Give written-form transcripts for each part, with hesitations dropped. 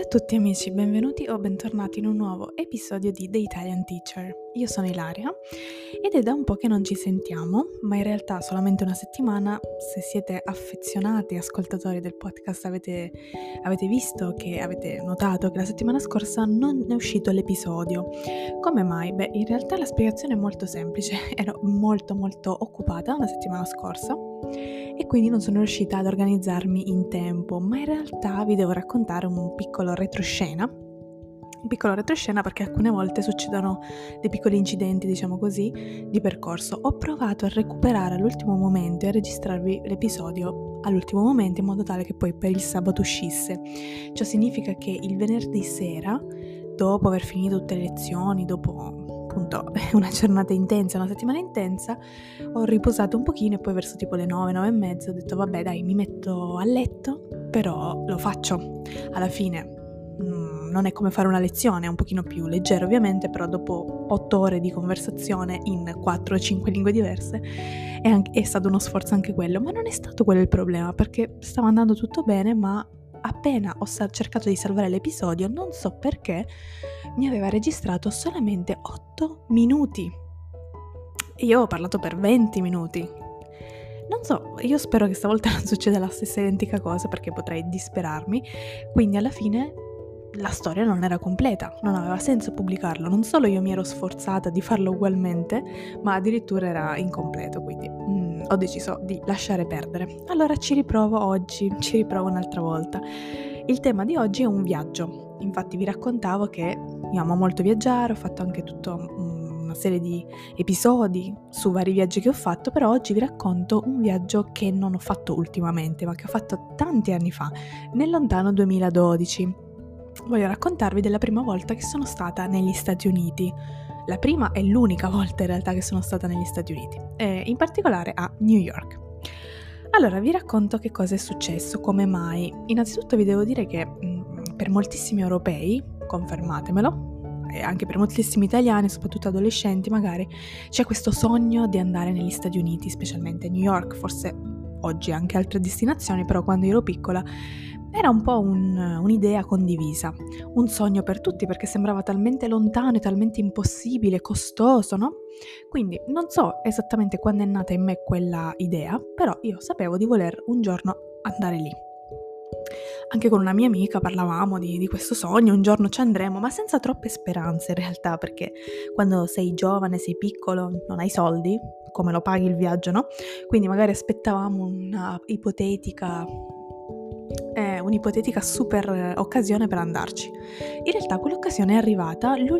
tutti amici, benvenuti o bentornati in un nuovo episodio di The Italian Teacher. Io sono Ilaria ed è da un po' che non ci sentiamo, ma in realtà solamente una settimana. Se siete affezionati ascoltatori del podcast avete notato che la settimana scorsa non è uscito l'episodio. Come mai? Beh, in realtà la spiegazione è molto semplice, ero molto occupata la settimana scorsa e quindi non sono riuscita ad organizzarmi in tempo, ma in realtà vi devo raccontare un piccolo retroscena perché alcune volte succedono dei piccoli incidenti, diciamo così, di percorso. Ho provato a recuperare all'ultimo momento e a registrarvi l'episodio all'ultimo momento in modo tale che poi per il sabato uscisse. Ciò significa che il venerdì sera, dopo aver finito tutte le lezioni, dopo appunto una giornata intensa, una settimana intensa, ho riposato un pochino e poi verso tipo le 9 e mezza ho detto vabbè dai, mi metto a letto, però lo faccio. Alla fine non è come fare una lezione, è un pochino più leggero ovviamente, però dopo 8 ore di conversazione in 4 o 5 lingue diverse è stato uno sforzo anche quello, ma non è stato quello il problema, perché stava andando tutto bene, ma appena ho cercato di salvare l'episodio, non so perché, mi aveva registrato solamente 8 minuti. E io ho parlato per 20 minuti. Non so, io spero che stavolta non succeda la stessa identica cosa, perché potrei disperarmi. Quindi alla fine la storia non era completa, non aveva senso pubblicarlo. Non solo io mi ero sforzata di farlo ugualmente, ma addirittura era incompleto, quindi ho deciso di lasciare perdere. Allora ci riprovo oggi, ci riprovo un'altra volta. Il tema di oggi è un viaggio. Infatti vi raccontavo che io amo molto viaggiare, ho fatto anche tutta una serie di episodi su vari viaggi che ho fatto, però oggi vi racconto un viaggio che non ho fatto ultimamente, ma che ho fatto tanti anni fa, nel lontano 2012. Voglio raccontarvi della prima volta che sono stata negli Stati Uniti. La prima e l'unica volta in realtà che sono stata negli Stati Uniti, e in particolare a New York. Allora vi racconto che cosa è successo, come mai. Innanzitutto vi devo dire che per moltissimi europei, confermatemelo, e anche per moltissimi italiani, soprattutto adolescenti magari, c'è questo sogno di andare negli Stati Uniti, specialmente a New York, forse oggi anche altre destinazioni, però quando ero piccola era un po' un'idea condivisa, un sogno per tutti, perché sembrava talmente lontano e talmente impossibile, costoso, no? Quindi non so esattamente quando è nata in me quella idea, però io sapevo di voler un giorno andare lì. Anche con una mia amica parlavamo di questo sogno, un giorno ci andremo, ma senza troppe speranze in realtà, perché quando sei giovane, sei piccolo, non hai soldi, come lo paghi il viaggio, no? Quindi magari aspettavamo un'ipotetica super occasione per andarci. In realtà quell'occasione è arrivata del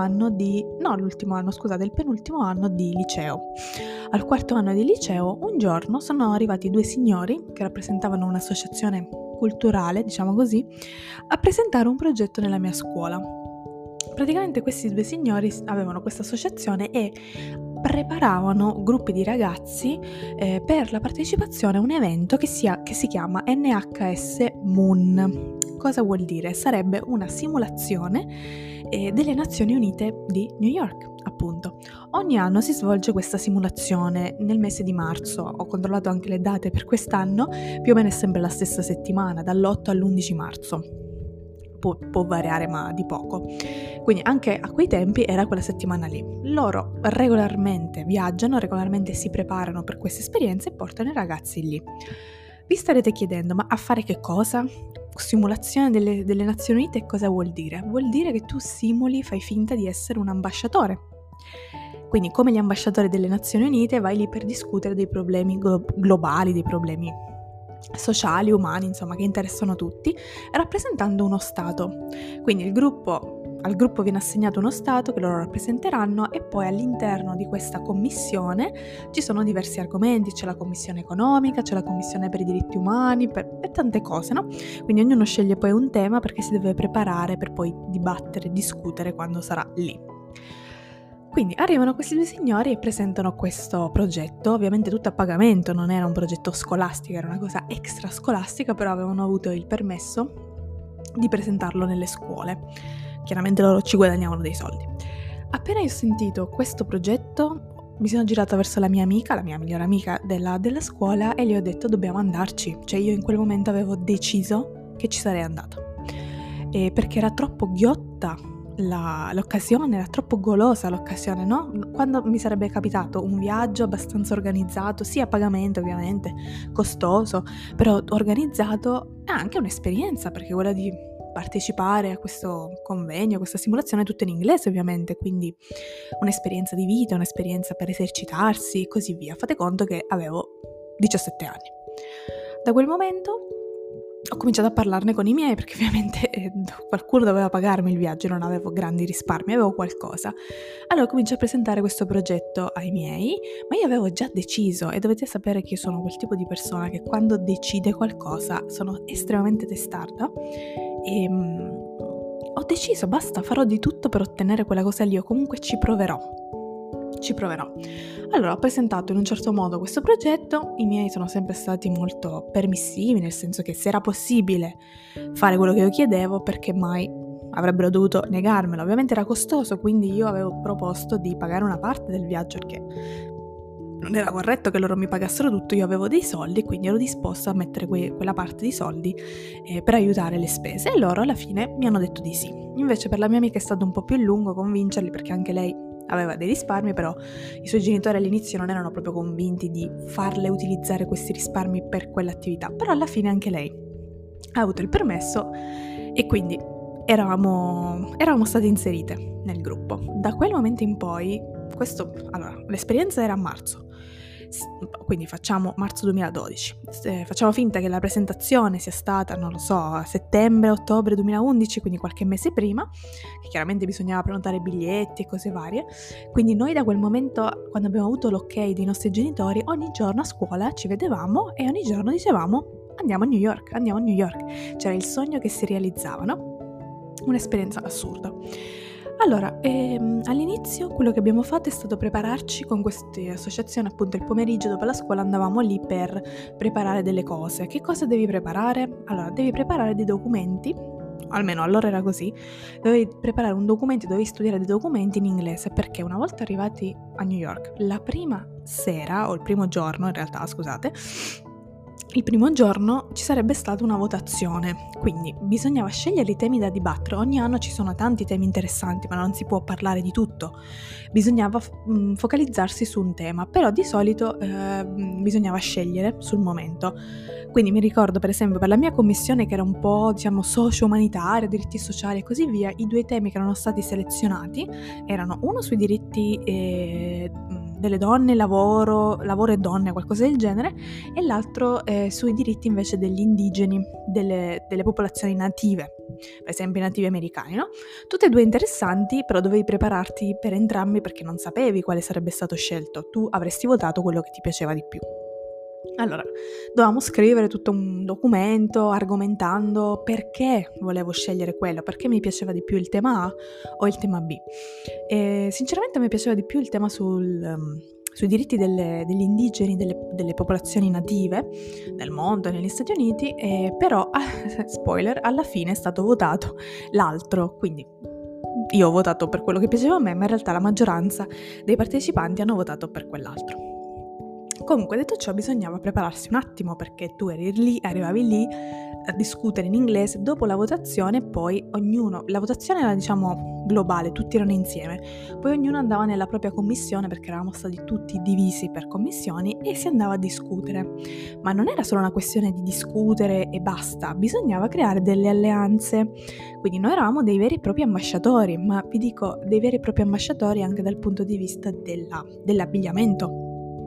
penultimo anno di liceo. Al quarto anno di liceo, un giorno sono arrivati 2 signori che rappresentavano un'associazione culturale, diciamo così, a presentare un progetto nella mia scuola. Praticamente questi 2 signori avevano questa associazione e preparavano gruppi di ragazzi per la partecipazione a un evento che si chiama NHS Moon. Cosa vuol dire? Sarebbe una simulazione delle Nazioni Unite di New York, appunto. Ogni anno si svolge questa simulazione nel mese di marzo. Ho controllato anche le date per quest'anno, più o meno è sempre la stessa settimana, dall'8 all'11 marzo. Può variare, ma di poco. Quindi anche a quei tempi era quella settimana lì. Loro regolarmente viaggiano, regolarmente si preparano per queste esperienze e portano i ragazzi lì. Vi starete chiedendo, ma a fare che cosa? Simulazione delle Nazioni Unite cosa vuol dire? Vuol dire che tu simuli, fai finta di essere un ambasciatore. Quindi come gli ambasciatori delle Nazioni Unite vai lì per discutere dei problemi globali, dei problemi sociali, umani, insomma, che interessano tutti, rappresentando uno Stato. Quindi al gruppo viene assegnato uno Stato che loro rappresenteranno, e poi all'interno di questa commissione ci sono diversi argomenti, c'è la commissione economica, c'è la commissione per i diritti umani, per tante cose, no? Quindi ognuno sceglie poi un tema perché si deve preparare per poi dibattere, discutere quando sarà lì. Quindi arrivano questi 2 signori e presentano questo progetto, ovviamente tutto a pagamento, non era un progetto scolastico, era una cosa extra scolastica, però avevano avuto il permesso di presentarlo nelle scuole. Chiaramente loro ci guadagnavano dei soldi. Appena io ho sentito questo progetto, mi sono girata verso la mia migliore amica della scuola, e gli ho detto dobbiamo andarci. Cioè io in quel momento avevo deciso che ci sarei andata. perché era troppo ghiotta l'occasione, era troppo golosa l'occasione, no? Quando mi sarebbe capitato un viaggio abbastanza organizzato, sì a pagamento ovviamente, costoso, però organizzato, è anche un'esperienza, perché quella di partecipare a questo convegno, a questa simulazione è tutto in inglese ovviamente, quindi un'esperienza di vita, un'esperienza per esercitarsi e così via. Fate conto che avevo 17 anni. Da quel momento ho cominciato a parlarne con i miei, perché ovviamente qualcuno doveva pagarmi il viaggio, non avevo grandi risparmi, avevo qualcosa. Allora comincio a presentare questo progetto ai miei, ma io avevo già deciso, e dovete sapere che io sono quel tipo di persona che quando decide qualcosa sono estremamente testarda, e ho deciso, basta, farò di tutto per ottenere quella cosa lì, o comunque ci proverò. Allora ho presentato in un certo modo questo progetto, i miei sono sempre stati molto permissivi, nel senso che se era possibile fare quello che io chiedevo, perché mai avrebbero dovuto negarmelo. Ovviamente era costoso, quindi io avevo proposto di pagare una parte del viaggio, perché non era corretto che loro mi pagassero tutto, io avevo dei soldi, quindi ero disposta a mettere quella parte di soldi per aiutare le spese, e loro alla fine mi hanno detto di sì. Invece per la mia amica è stato un po' più lungo convincerli, perché anche lei aveva dei risparmi, però i suoi genitori all'inizio non erano proprio convinti di farle utilizzare questi risparmi per quell'attività, però alla fine anche lei ha avuto il permesso e quindi eravamo state inserite nel gruppo. Da quel momento in poi, l'esperienza era a marzo, quindi facciamo marzo 2012, facciamo finta che la presentazione sia stata, non lo so, a settembre-ottobre 2011, quindi qualche mese prima, che chiaramente bisognava prenotare biglietti e cose varie. Quindi noi da quel momento, quando abbiamo avuto l'ok dei nostri genitori, ogni giorno a scuola ci vedevamo e ogni giorno dicevamo andiamo a New York. C'era il sogno che si realizzava, no? Un'esperienza assurda. Allora, all'inizio quello che abbiamo fatto è stato prepararci con queste associazioni, appunto il pomeriggio dopo la scuola andavamo lì per preparare delle cose. Che cosa devi preparare? Allora, devi preparare dei documenti, almeno allora era così, dovevi preparare un documento, dovevi studiare dei documenti in inglese, perché una volta arrivati a New York, la prima sera, o il primo giorno in realtà, scusate, il primo giorno ci sarebbe stata una votazione, quindi bisognava scegliere i temi da dibattere. Ogni anno ci sono tanti temi interessanti, ma non si può parlare di tutto. Bisognava focalizzarsi su un tema, però di solito bisognava scegliere sul momento. Quindi mi ricordo, per esempio, per la mia commissione, che era un po', diciamo, socio-umanitaria, diritti sociali e così via, i due temi che erano stati selezionati erano uno sui diritti delle donne, lavoro e donne, qualcosa del genere, e l'altro sui diritti invece degli indigeni, delle popolazioni native, per esempio i nativi americani, no? Tutte e due interessanti, però dovevi prepararti per entrambi perché non sapevi quale sarebbe stato scelto. Tu avresti votato quello che ti piaceva di più. Allora, dovevamo scrivere tutto un documento argomentando perché volevo scegliere quello, perché mi piaceva di più il tema A o il tema B. E sinceramente mi piaceva di più il tema sui diritti degli indigeni, delle popolazioni native nel mondo e negli Stati Uniti, però, spoiler, alla fine è stato votato l'altro, quindi io ho votato per quello che piaceva a me, ma in realtà la maggioranza dei partecipanti hanno votato per quell'altro. Comunque, detto ciò, bisognava prepararsi un attimo, perché tu arrivavi lì a discutere in inglese dopo la votazione, poi la votazione era, diciamo, globale, tutti erano insieme, poi ognuno andava nella propria commissione, perché eravamo stati tutti divisi per commissioni, e si andava a discutere. Ma non era solo una questione di discutere e basta, bisognava creare delle alleanze, quindi noi eravamo dei veri e propri ambasciatori, ma vi dico dei veri e propri ambasciatori anche dal punto di vista dell'abbigliamento.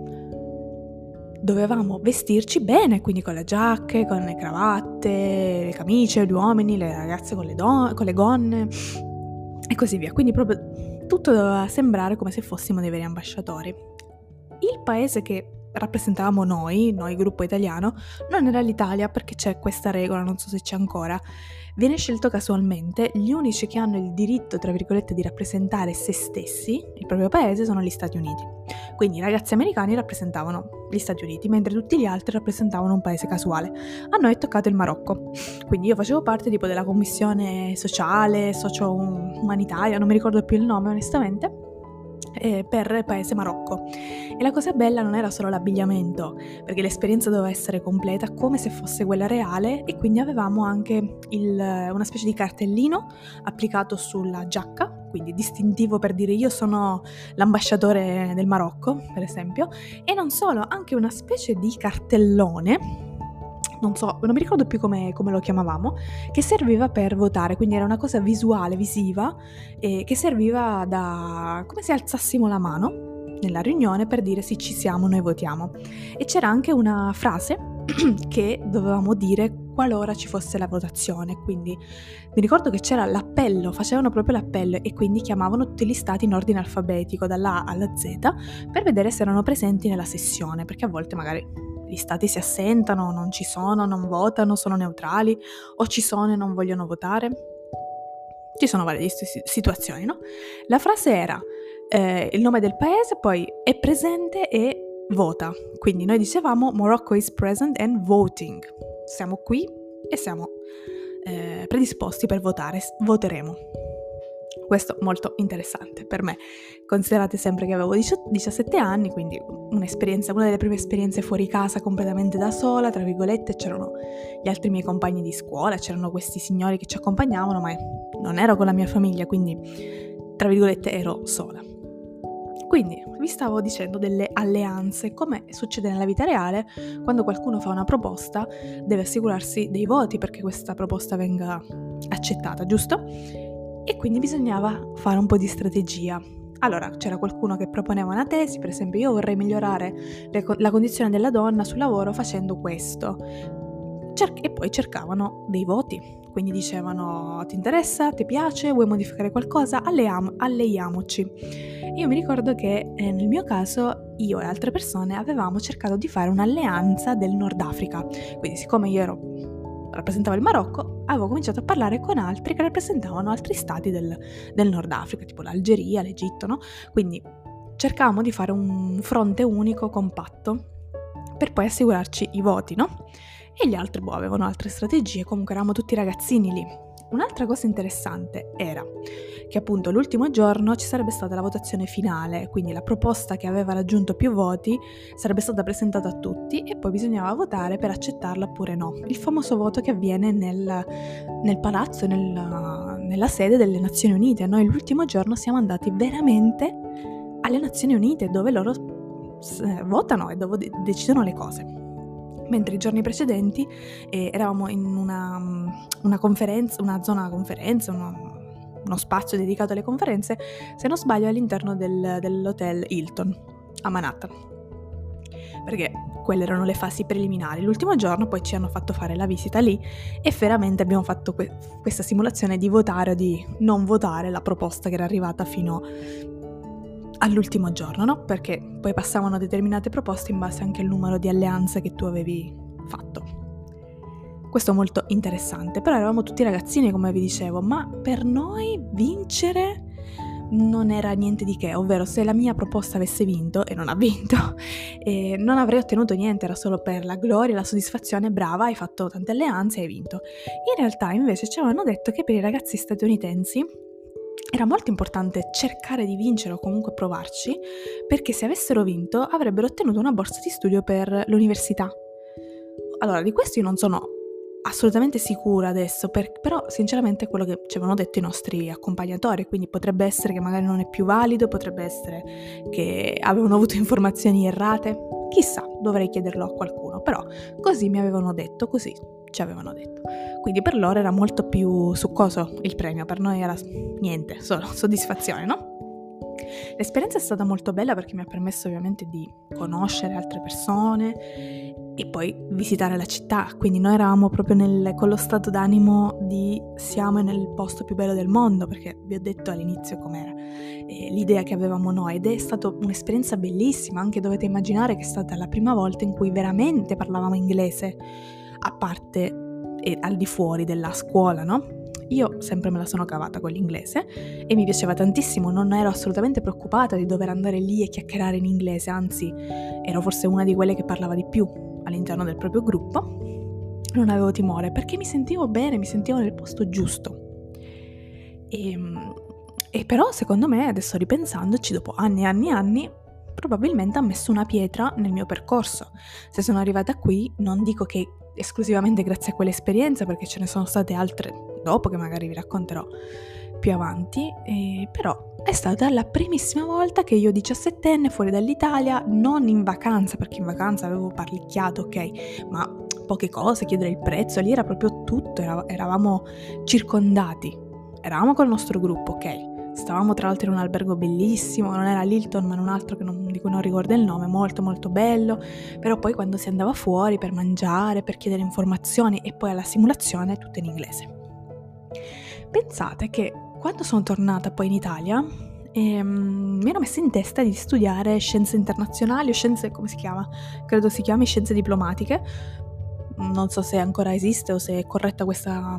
Dovevamo vestirci bene, quindi con le giacche, con le cravatte, le camicie, gli uomini, le ragazze con le gonne e così via. Quindi proprio tutto doveva sembrare come se fossimo dei veri ambasciatori. Il paese che rappresentavamo noi gruppo italiano, non era l'Italia, perché c'è questa regola, non so se c'è ancora. Viene scelto casualmente, gli unici che hanno il diritto, tra virgolette, di rappresentare se stessi, il proprio paese, sono gli Stati Uniti. Quindi i ragazzi americani rappresentavano gli Stati Uniti, mentre tutti gli altri rappresentavano un paese casuale. A noi è toccato il Marocco, quindi io facevo parte tipo della commissione sociale, socio-umanitaria, non mi ricordo più il nome onestamente, per il paese Marocco. E la cosa bella non era solo l'abbigliamento, perché l'esperienza doveva essere completa come se fosse quella reale, e quindi avevamo anche una specie di cartellino applicato sulla giacca, quindi distintivo per dire io sono l'ambasciatore del Marocco, per esempio, e non solo, anche una specie di cartellone, non mi ricordo più come lo chiamavamo, che serviva per votare, quindi era una cosa visuale, visiva, che serviva come se alzassimo la mano nella riunione per dire sì, ci siamo, noi votiamo. E c'era anche una frase che dovevamo dire qualora ci fosse la votazione, quindi mi ricordo che c'era l'appello, facevano proprio l'appello e quindi chiamavano tutti gli stati in ordine alfabetico dalla A alla Z per vedere se erano presenti nella sessione, perché a volte magari gli stati si assentano, non ci sono, non votano, sono neutrali, o ci sono e non vogliono votare. Ci sono varie situazioni, no? La frase era il nome del paese, poi è presente e vota. Quindi noi dicevamo Morocco is present and voting. Siamo qui e siamo predisposti per votare, voteremo. Questo molto interessante per me. Considerate sempre che avevo 17 anni, quindi una delle prime esperienze fuori casa completamente da sola, tra virgolette, c'erano gli altri miei compagni di scuola, c'erano questi signori che ci accompagnavano, ma non ero con la mia famiglia, quindi tra virgolette ero sola. Quindi vi stavo dicendo delle alleanze, come succede nella vita reale, quando qualcuno fa una proposta deve assicurarsi dei voti perché questa proposta venga accettata, giusto? E quindi bisognava fare un po' di strategia. Allora c'era qualcuno che proponeva una tesi, per esempio io vorrei migliorare la condizione della donna sul lavoro facendo questo, e poi cercavano dei voti, quindi dicevano ti interessa, ti piace, vuoi modificare qualcosa, alleiamoci. Io mi ricordo che nel mio caso io e altre persone avevamo cercato di fare un'alleanza del Nord Africa, quindi siccome io rappresentavo il Marocco, avevo cominciato a parlare con altri che rappresentavano altri stati del Nord Africa, tipo l'Algeria, l'Egitto, no? Quindi cercavamo di fare un fronte unico, compatto, per poi assicurarci i voti, no? E gli altri avevano altre strategie, comunque eravamo tutti ragazzini lì. Un'altra cosa interessante era che appunto l'ultimo giorno ci sarebbe stata la votazione finale, quindi la proposta che aveva raggiunto più voti sarebbe stata presentata a tutti e poi bisognava votare per accettarla oppure no. Il famoso voto che avviene nel palazzo, nella sede delle Nazioni Unite. Noi l'ultimo giorno siamo andati veramente alle Nazioni Unite dove loro votano e dove decidono le cose. Mentre i giorni precedenti eravamo in una conferenza, una zona conferenza, uno spazio dedicato alle conferenze, se non sbaglio all'interno dell'hotel Hilton a Manhattan, perché quelle erano le fasi preliminari. L'ultimo giorno poi ci hanno fatto fare la visita lì e veramente abbiamo fatto questa simulazione di votare o di non votare la proposta che era arrivata fino all'ultimo giorno, no? Perché poi passavano determinate proposte in base anche al numero di alleanze che tu avevi fatto. Questo è molto interessante, però eravamo tutti ragazzini, come vi dicevo, ma per noi vincere non era niente di che, ovvero se la mia proposta avesse vinto, e non ha vinto, non avrei ottenuto niente, era solo per la gloria, la soddisfazione, brava, hai fatto tante alleanze e hai vinto. In realtà invece ci avevano detto che per i ragazzi statunitensi era molto importante cercare di vincere o comunque provarci, perché se avessero vinto avrebbero ottenuto una borsa di studio per l'università. Allora, di questo io non sono assolutamente sicura adesso, però sinceramente è quello che ci avevano detto i nostri accompagnatori, quindi potrebbe essere che magari non è più valido, potrebbe essere che avevano avuto informazioni errate, chissà, dovrei chiederlo a qualcuno, però così mi avevano detto, così ci avevano detto. Quindi per loro era molto più succoso il premio, per noi era niente, solo soddisfazione, no? L'esperienza è stata molto bella perché mi ha permesso ovviamente di conoscere altre persone e poi visitare la città, quindi noi eravamo proprio con lo stato d'animo di siamo nel posto più bello del mondo, perché vi ho detto all'inizio com'era l'idea che avevamo noi, ed è stata un'esperienza bellissima. Anche dovete immaginare che è stata la prima volta in cui veramente parlavamo inglese, a parte e al di fuori della scuola, no? Io sempre me la sono cavata con l'inglese e mi piaceva tantissimo, non ero assolutamente preoccupata di dover andare lì e chiacchierare in inglese, anzi ero forse una di quelle che parlava di più all'interno del proprio gruppo. Non avevo timore perché mi sentivo bene, mi sentivo nel posto giusto. E E però secondo me, adesso ripensandoci, dopo anni e anni e anni, probabilmente ha messo una pietra nel mio percorso. Se sono arrivata qui, non dico che esclusivamente grazie a quell'esperienza, perché ce ne sono state altre dopo che magari vi racconterò più avanti, però è stata la primissima volta che io 17enne fuori dall'Italia, non in vacanza, perché in vacanza avevo parlicchiato, ok, ma poche cose, chiedere il prezzo, lì era proprio tutto, eravamo circondati, eravamo col nostro gruppo, ok. Stavamo tra l'altro in un albergo bellissimo, non era l'Hilton ma in un altro di cui non ricordo il nome, molto molto bello, però poi quando si andava fuori per mangiare, per chiedere informazioni e poi alla simulazione, tutto in inglese. Pensate che quando sono tornata poi in Italia mi ero messa in testa di studiare scienze internazionali o scienze, come si chiama? Credo si chiami scienze diplomatiche, non so se ancora esiste o se è corretta questa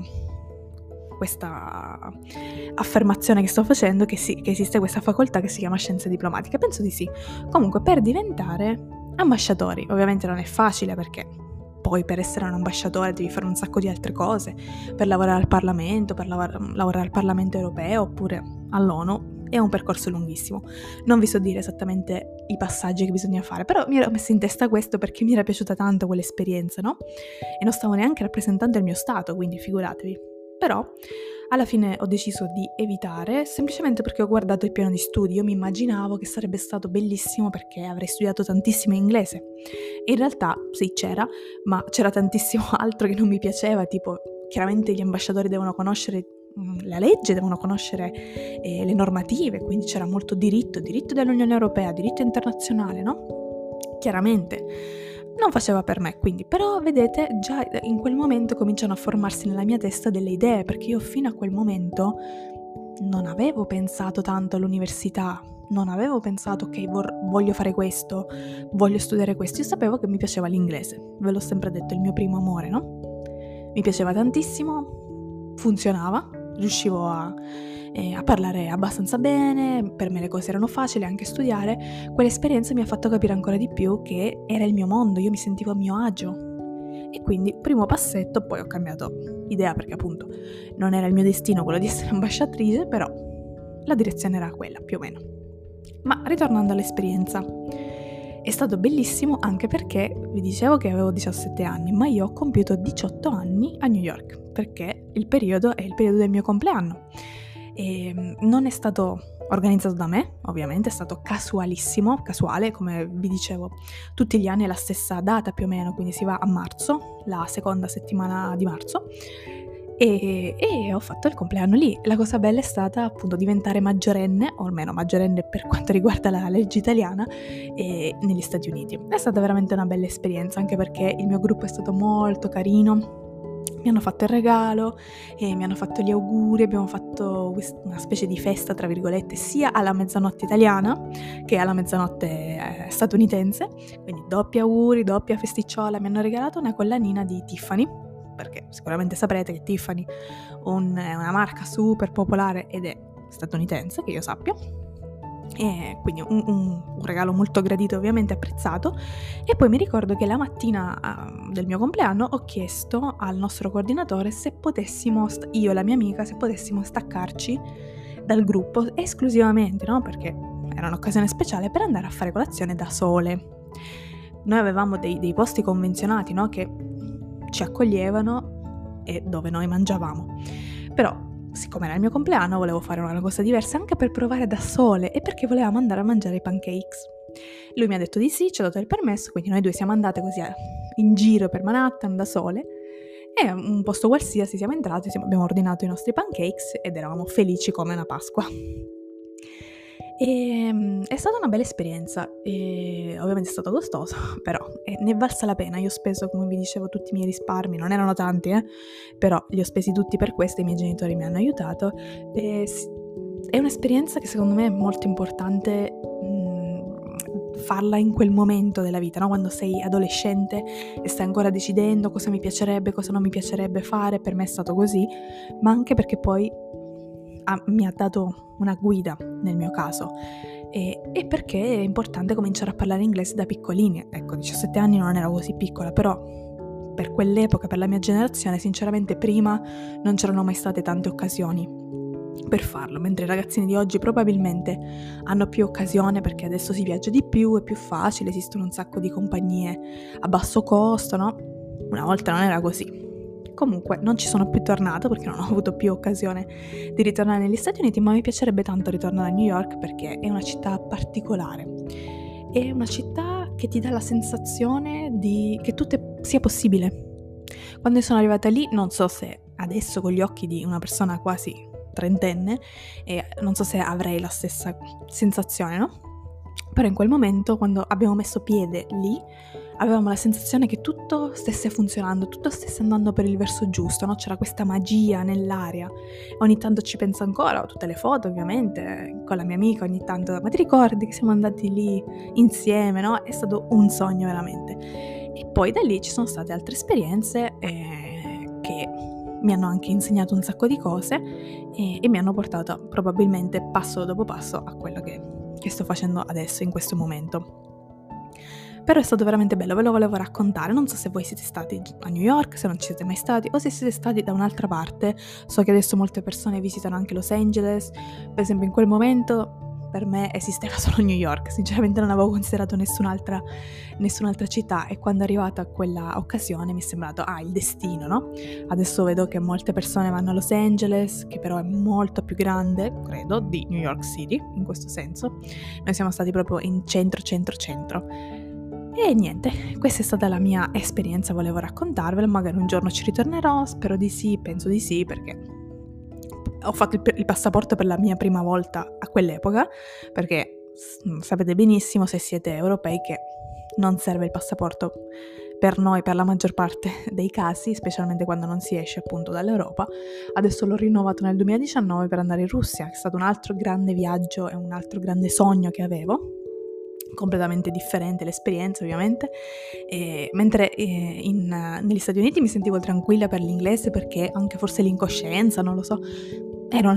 affermazione che sto facendo, che sì, che esiste questa facoltà che si chiama scienze diplomatiche, penso di sì. Comunque per diventare ambasciatori, ovviamente non è facile perché poi per essere un ambasciatore devi fare un sacco di altre cose, per lavorare al Parlamento, per lavorare al Parlamento europeo oppure all'ONU, è un percorso lunghissimo. Non vi so dire esattamente i passaggi che bisogna fare, però mi ero messa in testa questo perché mi era piaciuta tanto quell'esperienza, no? E non stavo neanche rappresentando il mio stato, quindi figuratevi. Però alla fine ho deciso di evitare, semplicemente perché ho guardato il piano di studio, mi immaginavo che sarebbe stato bellissimo perché avrei studiato tantissimo inglese. E in realtà sì, c'era, ma c'era tantissimo altro che non mi piaceva, tipo chiaramente gli ambasciatori devono conoscere la legge, devono conoscere le normative, quindi c'era molto diritto dell'Unione Europea, diritto internazionale, no? Chiaramente non faceva per me, quindi, però vedete, già in quel momento cominciano a formarsi nella mia testa delle idee, perché io fino a quel momento non avevo pensato tanto all'università, non avevo pensato ok, voglio fare questo, voglio studiare questo, io sapevo che mi piaceva l'inglese, ve l'ho sempre detto, il mio primo amore, no? Mi piaceva tantissimo, funzionava, riuscivo a parlare abbastanza bene, per me le cose erano facili, anche studiare. Quell'esperienza mi ha fatto capire ancora di più che era il mio mondo, io mi sentivo a mio agio. E quindi, primo passetto, poi ho cambiato idea perché appunto non era il mio destino quello di essere ambasciatrice, però la direzione era quella, più o meno. Ma ritornando all'esperienza, è stato bellissimo anche perché vi dicevo che avevo 17 anni, ma io ho compiuto 18 anni a New York, perché il periodo è il periodo del mio compleanno. E non è stato organizzato da me, ovviamente, è stato casuale, come vi dicevo, tutti gli anni è la stessa data più o meno, quindi si va a marzo, la seconda settimana di marzo, e ho fatto il compleanno lì. La cosa bella è stata appunto diventare maggiorenne, o almeno maggiorenne per quanto riguarda la legge italiana, negli Stati Uniti. È stata veramente una bella esperienza, anche perché il mio gruppo è stato molto carino. Mi hanno fatto il regalo e mi hanno fatto gli auguri, abbiamo fatto una specie di festa, tra virgolette, sia alla mezzanotte italiana che alla mezzanotte statunitense, quindi doppi auguri, doppia festicciola. Mi hanno regalato una collanina di Tiffany, perché sicuramente saprete che Tiffany è una marca super popolare ed è statunitense, che io sappia. E quindi un regalo molto gradito, ovviamente apprezzato. E poi mi ricordo che la mattina del mio compleanno ho chiesto al nostro coordinatore se potessimo, io e la mia amica, se potessimo staccarci dal gruppo esclusivamente, no? Perché era un'occasione speciale per andare a fare colazione da sole. Noi avevamo dei posti convenzionati, no? Che ci accoglievano e dove noi mangiavamo. Però siccome era il mio compleanno volevo fare una cosa diversa anche per provare da sole e perché volevamo andare a mangiare i pancakes. Lui mi ha detto di sì, ci ha dato il permesso, quindi noi due siamo andate così in giro per Manhattan da sole e un posto qualsiasi siamo entrati, abbiamo ordinato i nostri pancakes ed eravamo felici come una Pasqua. E è stata una bella esperienza e ovviamente è stato costoso, però ne è valsa la pena. Io ho speso, come vi dicevo, tutti i miei risparmi, non erano tanti, però li ho spesi tutti per questo, i miei genitori mi hanno aiutato. È un'esperienza che secondo me è molto importante farla in quel momento della vita, no? Quando sei adolescente e stai ancora decidendo cosa mi piacerebbe, cosa non mi piacerebbe fare. Per me è stato così, ma anche perché poi mi ha dato una guida nel mio caso e perché è importante cominciare a parlare inglese da piccolini. Ecco, 17 anni non ero così piccola, però per quell'epoca, per la mia generazione, sinceramente prima non c'erano mai state tante occasioni per farlo, mentre i ragazzini di oggi probabilmente hanno più occasione perché adesso si viaggia di più, è più facile, esistono un sacco di compagnie a basso costo, no? Una volta non era così. Comunque non ci sono più tornata perché non ho avuto più occasione di ritornare negli Stati Uniti, ma mi piacerebbe tanto ritornare a New York perché è una città particolare. È una città che ti dà la sensazione di che tutto sia possibile. Quando sono arrivata lì, non so se adesso con gli occhi di una persona quasi trentenne, non so se avrei la stessa sensazione, no? Però in quel momento, quando abbiamo messo piede lì, avevamo la sensazione che tutto stesse funzionando, tutto stesse andando per il verso giusto, no? C'era questa magia nell'aria. Ogni tanto ci penso ancora, ho tutte le foto ovviamente, con la mia amica ogni tanto, ma ti ricordi che siamo andati lì insieme, no? È stato un sogno veramente. E poi da lì ci sono state altre esperienze che mi hanno anche insegnato un sacco di cose e mi hanno portato probabilmente passo dopo passo a quello che sto facendo adesso in questo momento. Però è stato veramente bello, ve lo volevo raccontare. Non so se voi siete stati a New York, se non ci siete mai stati, o se siete stati da un'altra parte. So che adesso molte persone visitano anche Los Angeles. Per esempio in quel momento per me esisteva solo New York, sinceramente non avevo considerato nessun'altra città, e quando è arrivata quella occasione mi è sembrato il destino, no? Adesso vedo che molte persone vanno a Los Angeles, che però è molto più grande, credo, di New York City, in questo senso. Noi siamo stati proprio in centro. E niente, questa è stata la mia esperienza, volevo raccontarvela, magari un giorno ci ritornerò, spero di sì, penso di sì, perché ho fatto il passaporto per la mia prima volta a quell'epoca, perché sapete benissimo, se siete europei, che non serve il passaporto per noi per la maggior parte dei casi, specialmente quando non si esce appunto dall'Europa. Adesso l'ho rinnovato nel 2019 per andare in Russia, che è stato un altro grande viaggio e un altro grande sogno che avevo. Completamente differente l'esperienza ovviamente, mentre negli Stati Uniti mi sentivo tranquilla per l'inglese, perché anche forse l'incoscienza, non lo so, ero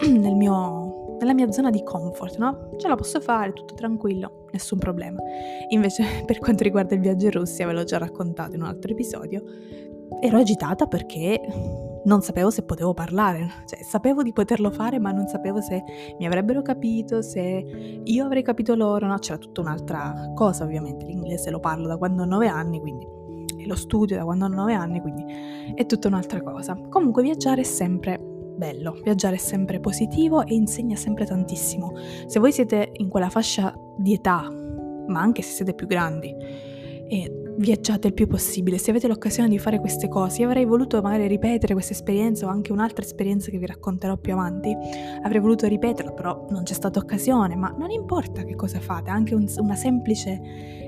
nella mia zona di comfort, no? Ce la posso fare, tutto tranquillo, nessun problema. Invece per quanto riguarda il viaggio in Russia, ve l'ho già raccontato in un altro episodio, ero agitata perché non sapevo se potevo parlare, cioè sapevo di poterlo fare, ma non sapevo se mi avrebbero capito, se io avrei capito loro, no? C'era tutta un'altra cosa ovviamente, l'inglese lo parlo da quando ho 9 anni, quindi, e lo studio da quando ho 9 anni, quindi è tutta un'altra cosa. Comunque viaggiare è sempre bello, viaggiare è sempre positivo e insegna sempre tantissimo. Se voi siete in quella fascia di età, ma anche se siete più grandi, viaggiate il più possibile. Se avete l'occasione di fare queste cose, io avrei voluto magari ripetere questa esperienza o anche un'altra esperienza che vi racconterò più avanti, avrei voluto ripeterla, però non c'è stata occasione. Ma non importa che cosa fate, anche una semplice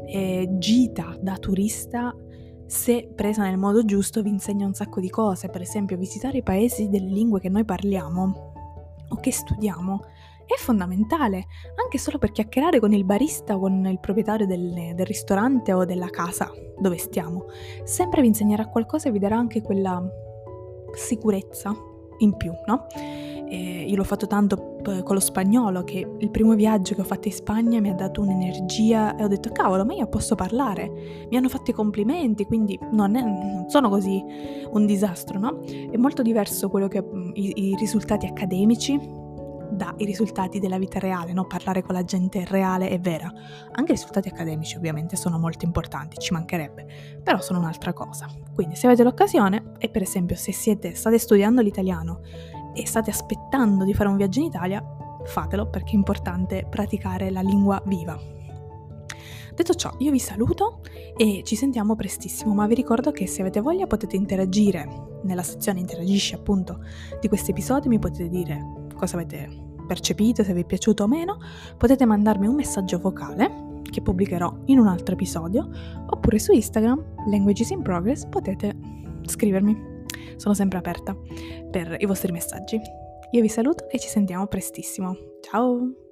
gita da turista, se presa nel modo giusto, vi insegna un sacco di cose. Per esempio, visitare i paesi delle lingue che noi parliamo o che studiamo è fondamentale, anche solo per chiacchierare con il barista o con il proprietario del ristorante o della casa dove stiamo. Sempre vi insegnerà qualcosa e vi darà anche quella sicurezza in più, no? Io l'ho fatto tanto con lo spagnolo, che il primo viaggio che ho fatto in Spagna mi ha dato un'energia e ho detto cavolo, ma io posso parlare, mi hanno fatto i complimenti, quindi non sono così un disastro, no? È molto diverso quello che i risultati accademici dai risultati della vita reale, no? Parlare con la gente reale e vera. Anche i risultati accademici ovviamente sono molto importanti, ci mancherebbe, però sono un'altra cosa. Quindi se avete l'occasione, e per esempio se state studiando l'italiano e state aspettando di fare un viaggio in Italia, fatelo, perché è importante praticare la lingua viva. Detto ciò, io vi saluto e ci sentiamo prestissimo, ma vi ricordo che se avete voglia potete interagire nella sezione Interagisci appunto di questi episodi, mi potete dire cosa avete percepito, se vi è piaciuto o meno, potete mandarmi un messaggio vocale che pubblicherò in un altro episodio, oppure su Instagram, Languages in Progress, potete scrivermi. Sono sempre aperta per i vostri messaggi. Io vi saluto e ci sentiamo prestissimo. Ciao!